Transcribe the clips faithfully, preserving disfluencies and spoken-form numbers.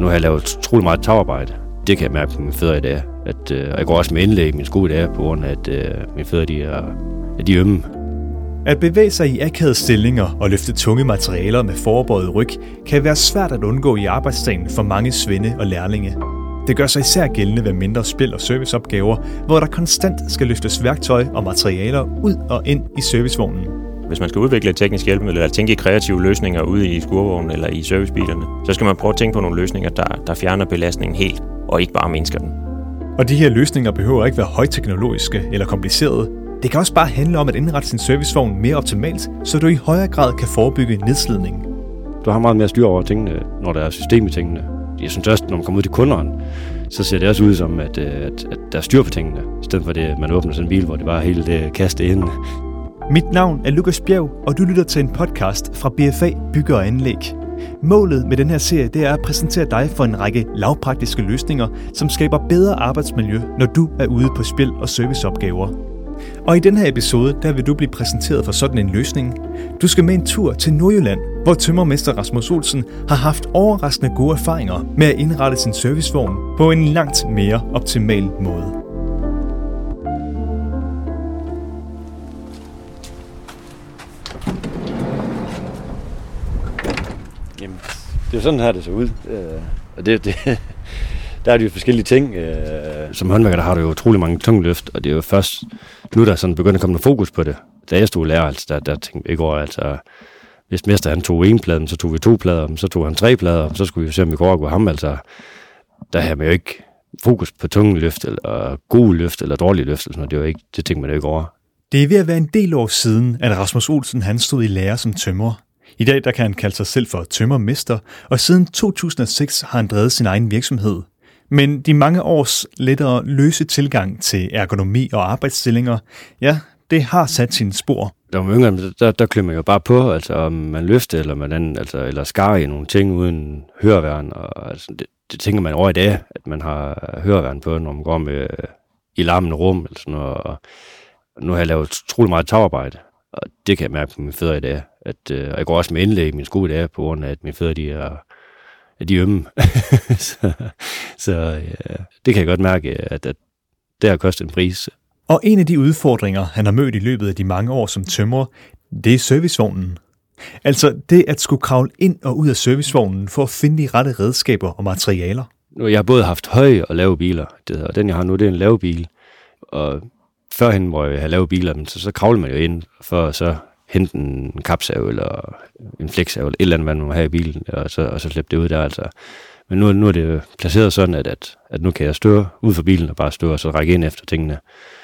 nu har jeg lavet utrolig meget tagarbejde. Det kan jeg mærke på mine fødder i dag. At, øh, jeg går også med indlæg i mine sko i dag, på grund af, at øh, mine fødder de er, at de er ømme. At bevæge sig i akavede stillinger og løfte tunge materialer med forbøjet ryg kan være svært at undgå i arbejdsdagen for mange svende og lærlinge. Det gør sig især gældende ved mindre spil- og serviceopgaver, hvor der konstant skal løftes værktøj og materialer ud og ind i servicevognen. Hvis man skal udvikle et teknisk hjælpemiddel eller tænke i kreative løsninger ude i skurvognen eller i servicebilerne, så skal man prøve at tænke på nogle løsninger, der, der fjerner belastningen helt og ikke bare mindsker den. Og de her løsninger behøver ikke være højteknologiske eller komplicerede. Det kan også bare handle om at indrette sin servicevogn mere optimalt, så du i højere grad kan forebygge nedslidning. Du har meget mere styr over tingene, når der er system i tingene. Jeg synes også, når man kommer ud til kunderne, så ser det også ud som, at, at, at der er styr på tingene, i stedet for det, at man åbner sådan en bil, hvor det bare hele det kastet ind. Mit navn er Lukas Bjerg, og du lytter til en podcast fra B F A Bygge og Anlæg. Målet med den her serie, det er at præsentere dig for en række lavpraktiske løsninger, som skaber bedre arbejdsmiljø, når du er ude på spil- og serviceopgaver. Og i den her episode, der vil du blive præsenteret for sådan en løsning. Du skal med en tur til Nordjylland, hvor tømrermester Rasmus Olsen har haft overraskende gode erfaringer med at indrette sin servicevogn på en langt mere optimal måde. Jamen, det er sådan her, det ser ud. Og det, det, der er de jo forskellige ting. Som håndværker, der har du jo utrolig mange tungløft, og det er jo først nu, der sådan begynder at komme noget fokus på det. Da jeg stod lærer, altså, der, der tænkte vi ikke over, altså, hvis mester han tog en plade, så tog vi to plader, så tog han tre plader, så skulle vi se, om vi kunne overgå ham. Altså, der har man jo ikke fokus på tungløft, eller gode løft, eller dårlige løft, eller sådan noget. Det, er jo ikke, det tænker man jo ikke over. Det er ved at være en del år siden, at Rasmus Olsen han stod i lære som tømrer. I dag der kan han kalde sig selv for tømrermester, og siden to tusind og seks har han drevet sin egen virksomhed. Men de mange års lettere løse tilgang til ergonomi og arbejdsstillinger, ja, det har sat sine spor. Da man var yngre, der, der klør man jo bare på, altså om man løfter, eller man anden, altså, eller skar i nogle ting uden høreværn. Og, altså, det, det tænker man over i dag, at man har høreværn på, når man går med i larmende rum. Eller sådan noget. Og nu har jeg lavet utrolig meget tagarbejde, og det kan jeg mærke på mine fødder i dag. At, øh, jeg går også med indlæg i mine sko i dag, på grund af, at mine fødder de er, at de er ømme. så så ja, det kan jeg godt mærke, at, at det har kostet en pris. Og en af de udfordringer, han har mødt i løbet af de mange år som tømrer, det er servicevognen. Altså det at skulle kravle ind og ud af servicevognen for at finde de rette redskaber og materialer. Nu, jeg har både haft høje og lave biler, det, og den jeg har nu, det er en lav bil. Og førhen, hvor jeg havde lave biler, så, så kravler man jo ind for at så hente en kapsav eller en flexsav eller et eller andet, man må have i bilen, og så, og så slippe det ud der. Altså. Men nu, nu er det placeret sådan, at, at, at nu kan jeg stå ud for bilen og bare stå og så række ind efter tingene.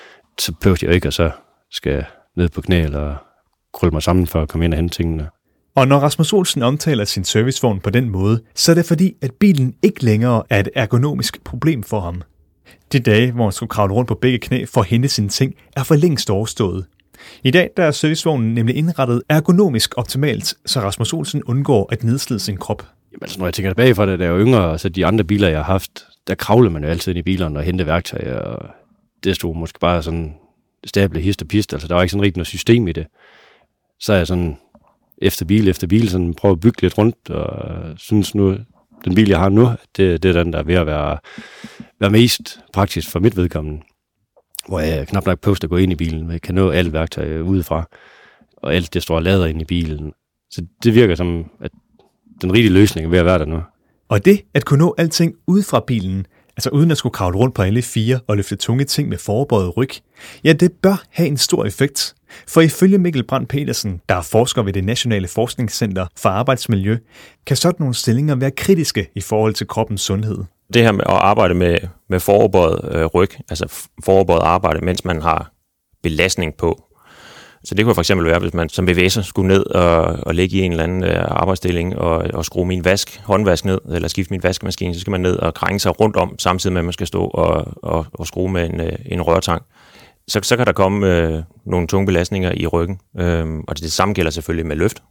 Så behøver jeg jo ikke, og så skal jeg ned på knæ eller krølle mig sammen for at komme ind og hente tingene. Og når Rasmus Olsen omtaler sin servicevogn på den måde, så er det fordi, at bilen ikke længere er et ergonomisk problem for ham. De dage, hvor han skulle kravle rundt på begge knæ for at hente sine ting, er for længst overstået. I dag der er servicevognen nemlig indrettet ergonomisk optimalt, så Rasmus Olsen undgår at nedslide sin krop. Jamen, altså, når jeg tænker tilbage fra det, da jeg var yngre, så de andre biler, jeg har haft, der kravler man jo altid ind i bilerne og hente værktøj, og det stod måske bare sådan stable hist og pist, altså der var ikke sådan rigtig noget system i det. Så er jeg sådan efter bil efter bil sådan prøvet at bygge lidt rundt, og synes nu, den bil, jeg har nu, det, det er den, der er ved at være, være mest praktisk for mit vedkommende. Hvor jeg knap nok poster at gå ind i bilen, men jeg kan nå alt værktøj udefra, og alt det står lader ind i bilen. Så det virker som, at den rigtige løsning er ved at være der nu. Og det at kunne nå alting ude fra bilen, altså uden at skulle kravle rundt på alle fire og løfte tunge ting med forbøjet ryg, ja, det bør have en stor effekt. For ifølge Mikkel Brandt Petersen, der er forsker ved det Nationale Forskningscenter for Arbejdsmiljø, kan sådan nogle stillinger være kritiske i forhold til kroppens sundhed. Det her med at arbejde med, med foroverbøjet øh, ryg, altså foroverbøjet arbejde, mens man har belastning på. Så det kunne for eksempel være, hvis man som bevæger skulle ned og, og ligge i en eller anden øh, arbejdsstilling og, og skrue min vask, håndvask ned, eller skifte min vaskemaskine, så skal man ned og krænge sig rundt om, samtidig med at man skal stå og, og, og skrue med en, øh, en rørtang. Så, så kan der komme øh, nogle tunge belastninger i ryggen, øh, og det, det samme gælder selvfølgelig med løft.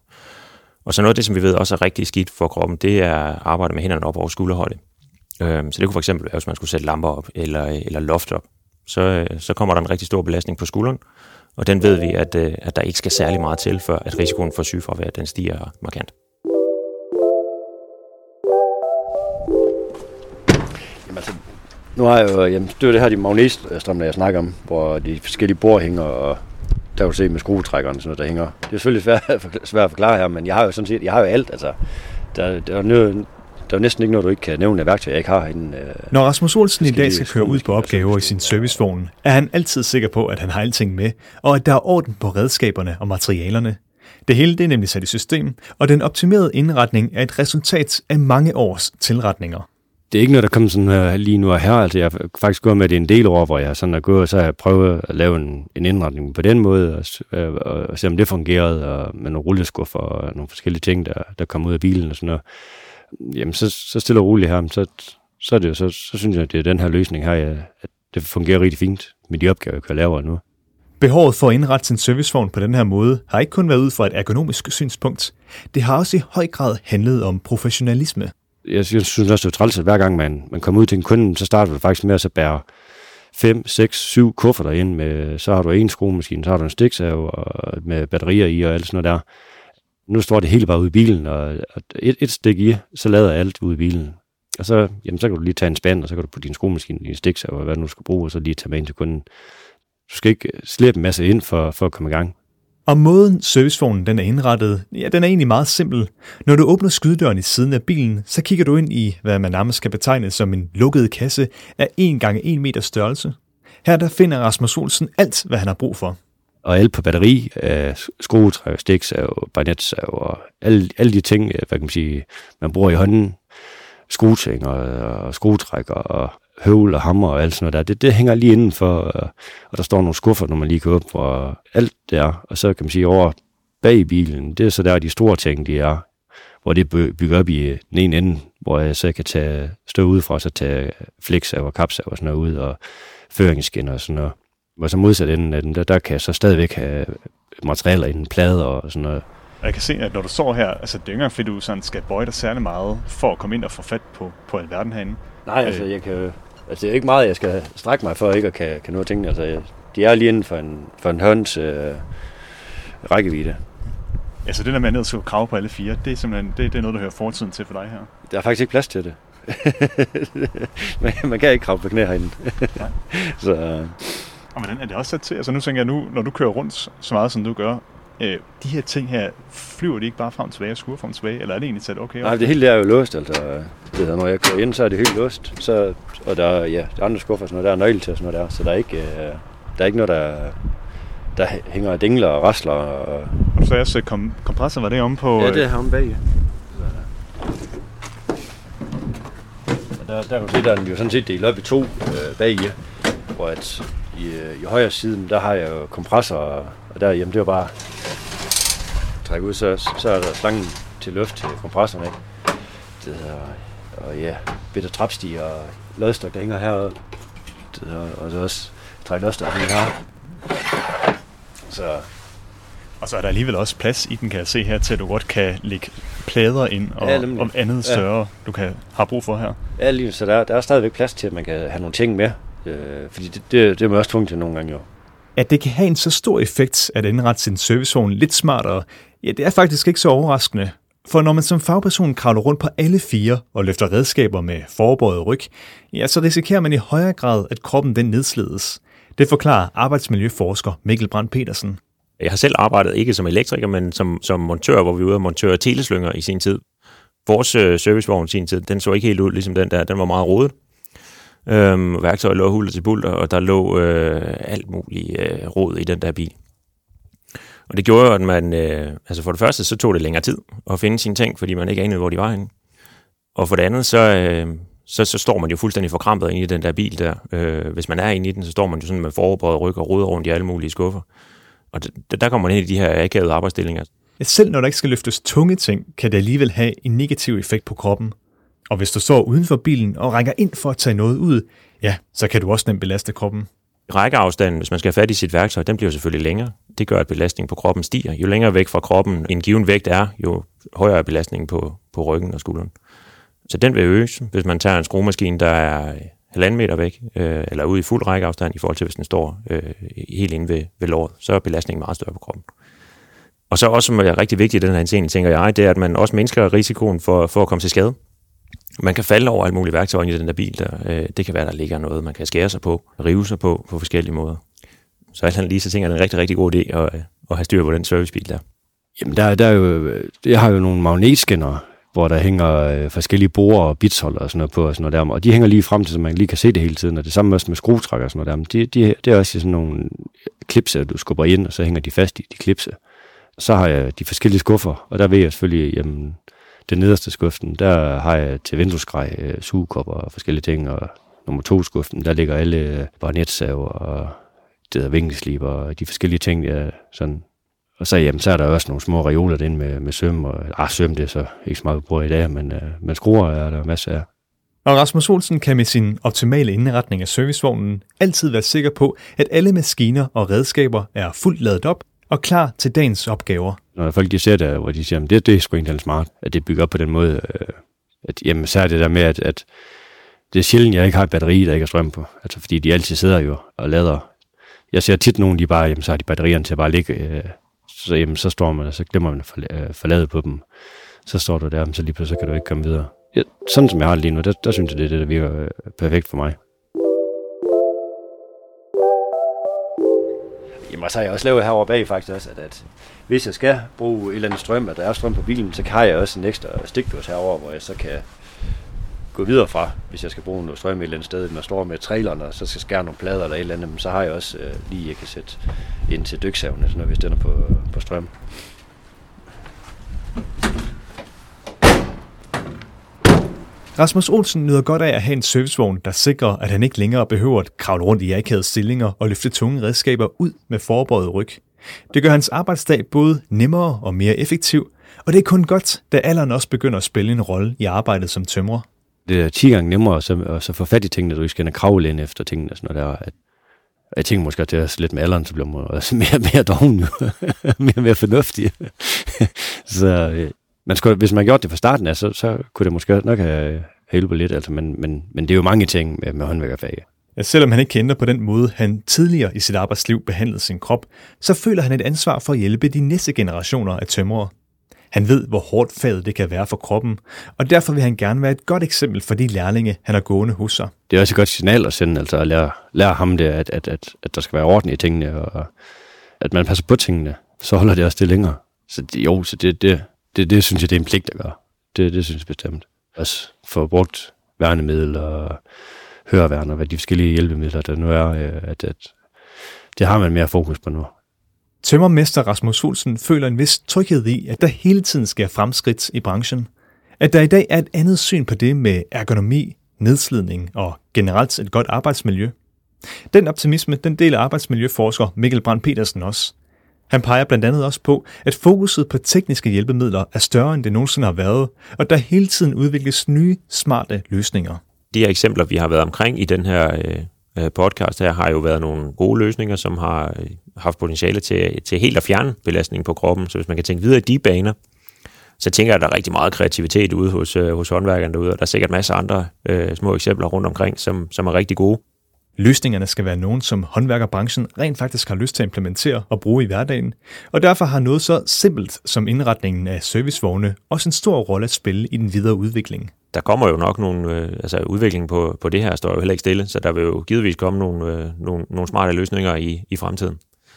Og så noget af det, som vi ved også er rigtig skidt for kroppen, det er at arbejde med hænderne op over skulderhøjde. Så det kunne for eksempel være, hvis man skulle sætte lamper op eller, eller loft op. Så, så kommer der en rigtig stor belastning på skulderen, og den ved vi, at, at der ikke skal særlig meget til, før at risikoen for sygefravær den stiger markant. Nu har jeg jo, jamen, det er det her de magnetstrømler, jeg snakker om, hvor de forskellige bord hænger, og der kan du se med skruetrækkeren og sådan noget, der hænger. Det er selvfølgelig svært, svært at forklare her, men jeg har jo sådan set, jeg har jo alt, altså. Der, der, er, noget, der er næsten ikke noget, du ikke kan nævne af værktøj, jeg ikke har herinde. Når Rasmus Olsen i dag skal køre ud på opgaver i sin servicevogn, er han altid sikker på, at han har alting med, og at der er orden på redskaberne og materialerne. Det hele det er nemlig sat i system, og den optimerede indretning er et resultat af mange års tilretninger. Det er ikke noget, der kommer sådan her lige nu og her. Altså, jeg har faktisk gået med det en del år, hvor jeg sådan er gået, og så har jeg prøvet at lave en, en indretning på den måde, og, og, og se om det fungerede, og med nogle rulleskuffer og nogle forskellige ting, der, der kom ud af bilen og sådan noget. Jamen, så, så stille og roligt her, så, så, er det jo, så, så synes jeg, at det er den her løsning her, jeg, at det fungerer rigtig fint med de opgaver, jeg kan lave nu. Behovet for at indrette sin servicevogn på den her måde har ikke kun været ud fra et ergonomisk synspunkt. Det har også i høj grad handlet om professionalisme. Jeg synes også, det er træls, at hver gang man, man kommer ud til en kunde, så starter du faktisk med at så bære fem, seks, syv kufferter ind med, så har du en skruemaskine, så har du en stiksav og med batterier i og alt sådan noget der. Nu står det hele bare ude i bilen, og et, et stik i, så lader alt ude i bilen. Og så, jamen, så kan du lige tage en spand, og så kan du putte din skruemaskine, din stiksav og hvad du nu skal bruge, og så lige tage med ind til kunden. Du skal ikke slæbe en masse ind for, for at komme i gang. Og måden servicevognen den er indrettet, ja, den er egentlig meget simpel. Når du åbner skydedøren i siden af bilen, så kigger du ind i, hvad man nærmest kan betegne som en lukket kasse af en gange en meter størrelse. Her der finder Rasmus Olsen alt, hvad han har brug for. Og alt på batteri, øh, skruetræk, stiksav, bajonetsav og alle, alle de ting, hvad kan man sige, man bruger i hånden. Skruetænger og skruetrækker og høvl og hammer og alt sådan noget der. Det, det hænger lige indenfor, og der står nogle skuffer, når man lige kan åbne, og alt der. Og så kan man sige over bag i bilen, det er så der de store ting, de er, hvor det bygger op i den ene ende, hvor jeg så kan tage stå udefra, så tage flexsav og kapsav og sådan noget ud, og føringsskinner og sådan noget. Og så modsat enden af den, der, der kan jeg så stadigvæk have materialer i en plade og sådan noget. Jeg kan se, at når du står her, altså det er ikke engang fedt, du sådan skal bøje dig særlig meget for at komme ind og få fat på, på alverden herinde. Nej, altså, jeg kan, altså det er ikke meget, jeg skal strække mig for ikke at kan, kan nå tingene. Altså, jeg, de er lige inden for en, for en hånds øh, rækkevidde. Altså det der med at ned og krave på alle fire, det er simpelthen det, det er noget, der hører fortiden til for dig her. Der er faktisk ikke plads til det. man, man kan ikke krave på knæ herinde. Så, øh. Og hvordan er det også sat til? Altså nu tænker jeg nu, når du kører rundt så meget, som du gør, øh, de her ting her, flyver de ikke bare frem og tilbage og skuer frem og tilbage, eller er det egentlig sat okay? Nej, det hele er jo låst, altså. Det hedder, når jeg kører ind, så er det helt låst. Så, og der er, ja, der er andre skuffer, sådan noget, der er nøgle til og sådan noget der, så der er ikke, øh, der er ikke noget, der, der hænger dingler og rasler. Og, og så er også kom, kompressor, var det om på? Ja, det er ham bag. Der, der kan du se, der er den jo sådan set delt op i to øh, bag i, hvor at i, i højre siden, der har jeg jo kompressor, og der, jamen det var bare trække ud, så, så er der slangen til luft til kompressoren, ikke? Det hedder, og ja, bitter trapstige og lodstok, der hænger heroppe. Det hedder, og så også trække lodstok, der hænger her. Så. Og så er der alligevel også plads i den, kan jeg se her, til at du godt kan lægge plader ind og, ja, og andet større, ja. Du kan have brug for her. Ja, lige så der, der er stadigvæk plads til, at man kan have nogle ting med. Øh, fordi det, det, det er man også tvunget til nogle gange jo. At det kan have en så stor effekt at indrette sin servicevogn lidt smartere, ja, det er faktisk ikke så overraskende. For når man som fagperson kravler rundt på alle fire og løfter redskaber med forbøjet ryg, ja, så risikerer man i højere grad, at kroppen den nedslides. Det forklarer arbejdsmiljøforsker Mikkel Brandt Petersen. Jeg har selv arbejdet ikke som elektriker, men som, som montør, hvor vi var ude og montere teleslynger i sin tid. Vores øh, servicevogn i sin tid, den så ikke helt ud ligesom den der. Den var meget rodet. Øhm, værktøjer lå hulter til bulter, og der lå øh, alt muligt øh, rod i den der bil. Og det gjorde jo, at man, øh, altså for det første, så tog det længere tid at finde sine ting, fordi man ikke anede, hvor de var henne. Og for det andet, så, øh, så, så står man jo fuldstændig forkrampet inde i den der bil der. Øh, hvis man er inde i den, så står man jo sådan med forberedt ryg og roder rundt i alle mulige skuffer. Og det, der kommer man ind i de her akavede arbejdsstillinger. Ja, selv når der ikke skal løftes tunge ting, kan det alligevel have en negativ effekt på kroppen. Og hvis du står uden for bilen og rækker ind for at tage noget ud, ja, så kan du også nemt belaste kroppen. Rækkeafstanden, hvis man skal have fat i sit værktøj, den bliver selvfølgelig længere. Det gør, at belastningen på kroppen stiger. Jo længere væk fra kroppen en given vægt er, jo højere er belastningen på, på ryggen og skulderen. Så den vil øges, hvis man tager en skruemaskine, der er halvanden meter væk, øh, eller ude i fuld rækkeafstand, i forhold til, hvis den står øh, helt inde ved, ved låret, så er belastningen meget større på kroppen. Og så også, som er rigtig vigtigt i den her henseende, tænker jeg, det er, at man også mindsker risikoen for, for at komme til skade. Man kan falde over alt muligt værktøj i den der bil. Der. Det kan være, der ligger noget, man kan skære sig på, rive sig på, på forskellige måder. Så alt lige så tænker jeg, det er en rigtig, rigtig god idé at, at have styr på den servicebil der. Jamen, der, der er jo, jeg har jo nogle magnetscanner, hvor der hænger øh, forskellige borer og bitsholder og sådan noget på, og sådan noget der. Og de hænger lige frem til, så man lige kan se det hele tiden. Og det samme også med skruetrækker og sådan noget der. De, de, det er også sådan nogle klipser, du skubber ind, og så hænger de fast i de klipse. Så har jeg de forskellige skuffer, og der ved jeg selvfølgelig, jamen, den nederste skuften, der har jeg til vinduesgrej, øh, sugekopper og forskellige ting, og nummer to skuften, der ligger alle øh, bajonetsaver og det der vinkelsliber og de forskellige ting, ja, sådan. Og så, jamen, så er der også nogle små reoler derinde med, med søm, og ah, søm det er så ikke så meget, vi bruger i dag, men, øh, men skruer er der masser af. Og Rasmus Olsen kan med sin optimale indretning af servicevognen altid være sikker på, at alle maskiner og redskaber er fuldt ladet op og klar til dagens opgaver. Når folk de ser det, hvor de siger, at det, det er sgu egentlig smart, at det bygger op på den måde, øh, at jamen, så er det der med, at, at det er sjældent, jeg ikke har et batteri, der ikke er strøm på. Altså fordi de altid sidder jo og lader. Jeg ser tit nogen, de bare, jamen, så har de batterierne til at bare ligge, øh, så, jamen, så står man, og så glemmer man at forlade på dem. Så står du der, så lige pludselig kan du ikke komme videre. Ja, sådan som jeg har det lige nu, der, der synes jeg, det er det, der virker øh, perfekt for mig. Jamen, så har jeg også lavet herovre bag faktisk også, at, at hvis jeg skal bruge et eller andet strøm, at der er strøm på bilen, så har jeg også en ekstra stikdås herovre, hvor jeg så kan gå videre fra, hvis jeg skal bruge noget strøm et eller andet sted, når jeg står med trailerne, og så skal skære nogle plader eller et eller andet, så har jeg også øh, lige, jeg kan sætte ind til dyksaven, når hvis den er på, på strøm. Rasmus Olsen nyder godt af at have en servicevogn, der sikrer, at han ikke længere behøver at kravle rundt i akavede stillinger og løfte tunge redskaber ud med forbøjet ryg. Det gør hans arbejdsdag både nemmere og mere effektiv, og det er kun godt, da alderen også begynder at spille en rolle i arbejdet som tømrer. Det er ti gange nemmere at så, at så få fat i tingene, du ikke skal kravle ind efter tingene. Sådan noget der. At, jeg tænker måske, at det er lidt med alderen, så bliver man også mere og mere doven, mere og mere fornuftig. så øh, man skulle, hvis man gjorde det fra starten af, så, så kunne det måske nok have hjulpet lidt. Altså, men, men, men det er jo mange ting med, med håndværkerfag. Ja, selvom han ikke kender på den måde, han tidligere i sit arbejdsliv behandlede sin krop, så føler han et ansvar for at hjælpe de næste generationer af tømrere. Han ved, hvor hårdt faget det kan være for kroppen, og derfor vil han gerne være et godt eksempel for de lærlinge, han har gående hos sig. Det er også et godt signal at sende, altså at lære, lære ham det, at, at, at, at der skal være orden i tingene, og at man passer på tingene, så holder det også det længere. Så det, jo, så det, det, det, det synes jeg, det er en pligt at gøre. Det, det synes jeg bestemt. Også for brugt værnemidler og høreværn og hvad de forskellige hjælpemidler, der nu er, at, at det har man mere fokus på nu. Tømrermester Rasmus Olsen føler en vis tryghed i, at der hele tiden sker fremskridt i branchen. At der i dag er et andet syn på det med ergonomi, nedslidning og generelt et godt arbejdsmiljø. Den optimisme, den deler arbejdsmiljøforsker Mikkel Brandt Petersen også. Han peger blandt andet også på, at fokuset på tekniske hjælpemidler er større end det nogensinde har været, og der hele tiden udvikles nye, smarte løsninger. De her eksempler, vi har været omkring i den her øh, podcast her, har jo været nogle gode løsninger, som har øh, haft potentiale til, til helt at fjerne belastningen på kroppen. Så hvis man kan tænke videre i de baner, så tænker jeg, at der er rigtig meget kreativitet ude hos, øh, hos håndværkerne derude, og der er sikkert masser af andre øh, små eksempler rundt omkring, som, som er rigtig gode. Løsningerne skal være nogen, som håndværkerbranchen rent faktisk har lyst til at implementere og bruge i hverdagen, og derfor har noget så simpelt som indretningen af servicevogne også en stor rolle at spille i den videre udvikling. Der kommer jo nok nogle, øh, altså udviklingen på, på det her står jo heller ikke stille, så der vil jo givetvis komme nogle, øh, nogle, nogle smarte løsninger i, i fremtiden.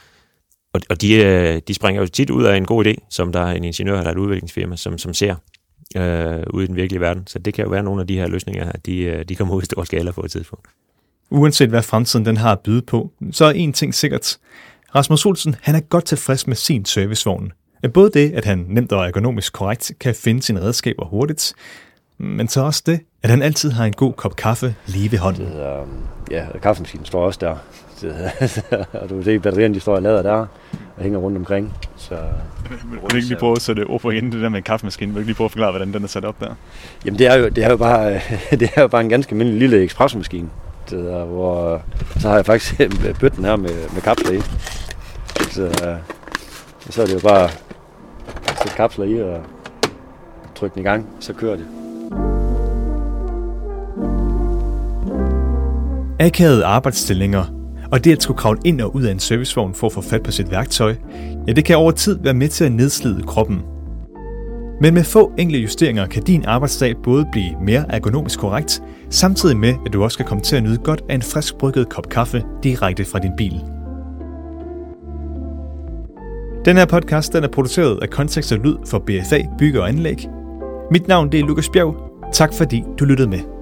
Og, og de, øh, de springer jo tit ud af en god idé, som der er en ingeniør eller et udviklingsfirma, som, som ser øh, ude i den virkelige verden. Så det kan jo være nogle af de her løsninger, de, de kommer ud i stor skala på et tidspunkt. Uanset hvad fremtiden den har at byde på, så er en ting sikkert. Rasmus Olsen, han er godt tilfreds med sin servicevogn. Både det, at han nemt og ergonomisk korrekt kan finde sine redskaber hurtigt, men så også det, at han altid har en god kop kaffe lige ved hånden. Det hedder, ja, kaffemaskinen står også der. Det, og du kan se, batterierne de står og lader der og hænger rundt omkring. Så vil du ikke lige prøve at sætte ord på igen, det der med kaffemaskinen? Vil du ikke lige prøve at forklare, hvordan den er sat op der? Jamen det er jo, det er jo, bare, det er jo bare en ganske almindelig lille ekspresmaskine. Det der, hvor, så har jeg faktisk bøtten her med, med kapsler i. Så, så er det jo bare at sætte kapsler i og trykke den i gang, så kører det. Akavede arbejdsstillinger, og det at skulle kravle ind og ud af en servicevogn for at få fat på sit værktøj, ja, det kan over tid være med til at nedslide kroppen. Men med få enkle justeringer kan din arbejdsdag både blive mere ergonomisk korrekt, samtidig med, at du også kan komme til at nyde godt af en frisk brygget kop kaffe direkte fra din bil. Den her podcast den er produceret af Kontekst og Lyd for B F A Bygge og Anlæg. Mit navn det er Lukas Bjerg. Tak fordi du lyttede med.